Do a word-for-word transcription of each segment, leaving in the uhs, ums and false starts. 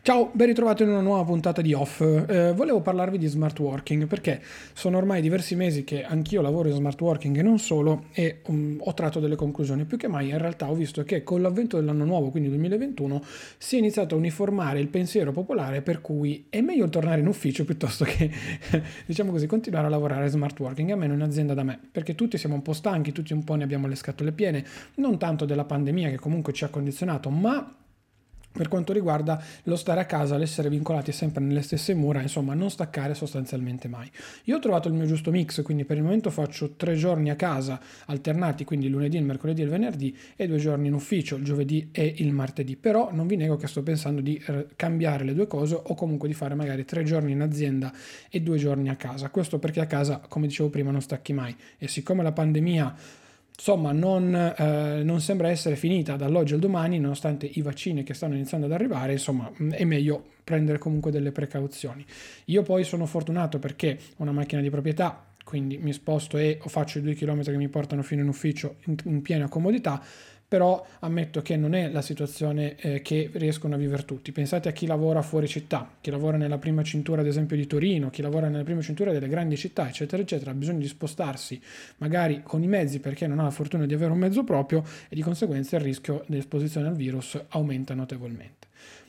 Ciao, ben ritrovato in una nuova puntata di Off. Eh, volevo parlarvi di smart working perché sono ormai diversi mesi che anch'io lavoro in smart working e non solo e um, ho tratto delle conclusioni. Più che mai in realtà ho visto che con l'avvento dell'anno nuovo, quindi duemilaventuno, si è iniziato a uniformare il pensiero popolare per cui è meglio tornare in ufficio piuttosto che, diciamo così, continuare a lavorare smart working, almeno in azienda da me, perché tutti siamo un po' stanchi, tutti un po' ne abbiamo le scatole piene, non tanto della pandemia che comunque ci ha condizionato, ma per quanto riguarda lo stare a casa, l'essere vincolati sempre nelle stesse mura, insomma, non staccare sostanzialmente mai. Io ho trovato il mio giusto mix, quindi per il momento faccio tre giorni a casa alternati, quindi il lunedì, il mercoledì e il venerdì, e due giorni in ufficio, il giovedì e il martedì. Però non vi nego che sto pensando di eh, cambiare le due cose o comunque di fare magari tre giorni in azienda e due giorni a casa. Questo perché a casa, come dicevo prima, non stacchi mai. E siccome la pandemia insomma non, eh, non sembra essere finita dall'oggi al domani, nonostante i vaccini che stanno iniziando ad arrivare, insomma è meglio prendere comunque delle precauzioni. Io poi sono fortunato perché ho una macchina di proprietà, quindi mi sposto e faccio i due chilometri che mi portano fino in ufficio in, in piena comodità, però ammetto che non è la situazione eh, che riescono a vivere tutti. Pensate a chi lavora fuori città, chi lavora nella prima cintura ad esempio di Torino, chi lavora nella prima cintura delle grandi città, eccetera, eccetera, ha bisogno di spostarsi magari con i mezzi perché non ha la fortuna di avere un mezzo proprio e di conseguenza il rischio di esposizione al virus aumenta notevolmente.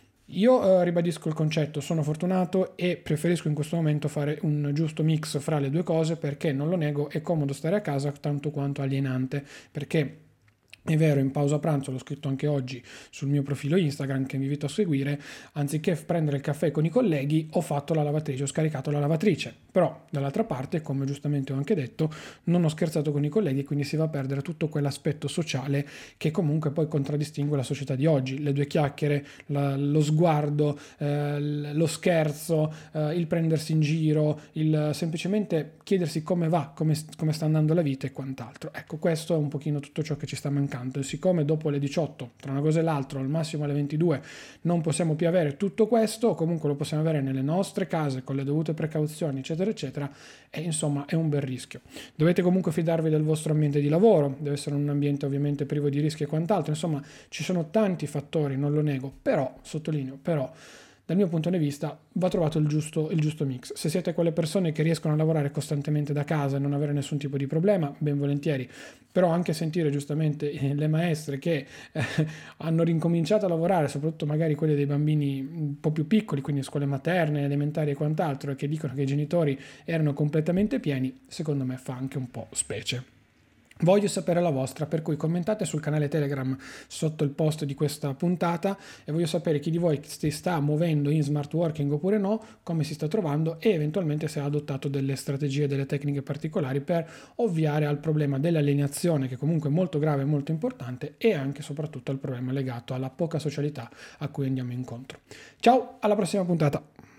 Io eh, ribadisco il concetto, sono fortunato e preferisco in questo momento fare un giusto mix fra le due cose perché, non lo nego, è comodo stare a casa tanto quanto alienante, perché è vero, in pausa pranzo, l'ho scritto anche oggi sul mio profilo Instagram che vi invito a seguire, anziché prendere il caffè con i colleghi ho fatto la lavatrice, ho scaricato la lavatrice, però dall'altra parte, come giustamente ho anche detto, non ho scherzato con i colleghi e quindi si va a perdere tutto quell'aspetto sociale che comunque poi contraddistingue la società di oggi, le due chiacchiere, la, lo sguardo, eh, lo scherzo, eh, il prendersi in giro, il semplicemente chiedersi come va, come, come sta andando la vita e quant'altro. Ecco, questo è un pochino tutto ciò che ci sta mancando. E siccome dopo le diciotto, tra una cosa e l'altra, al massimo alle ventidue, non possiamo più avere tutto questo, o comunque lo possiamo avere nelle nostre case con le dovute precauzioni, eccetera, eccetera, e insomma è un bel rischio. Dovete comunque fidarvi del vostro ambiente di lavoro, deve essere un ambiente ovviamente privo di rischi e quant'altro, insomma ci sono tanti fattori, non lo nego, però, sottolineo, però, dal mio punto di vista va trovato il giusto, il giusto mix. Se siete quelle persone che riescono a lavorare costantemente da casa e non avere nessun tipo di problema, ben volentieri, però anche sentire giustamente le maestre che eh, hanno rincominciato a lavorare, soprattutto magari quelle dei bambini un po' più piccoli, quindi scuole materne, elementari e quant'altro, e che dicono che i genitori erano completamente pieni, secondo me fa anche un po' specie. Voglio sapere la vostra, per cui commentate sul canale Telegram sotto il post di questa puntata e voglio sapere chi di voi si sta muovendo in smart working oppure no, come si sta trovando e eventualmente se ha adottato delle strategie, delle tecniche particolari per ovviare al problema dell'alienazione, che comunque è molto grave e molto importante, e anche e soprattutto al problema legato alla poca socialità a cui andiamo incontro. Ciao, alla prossima puntata!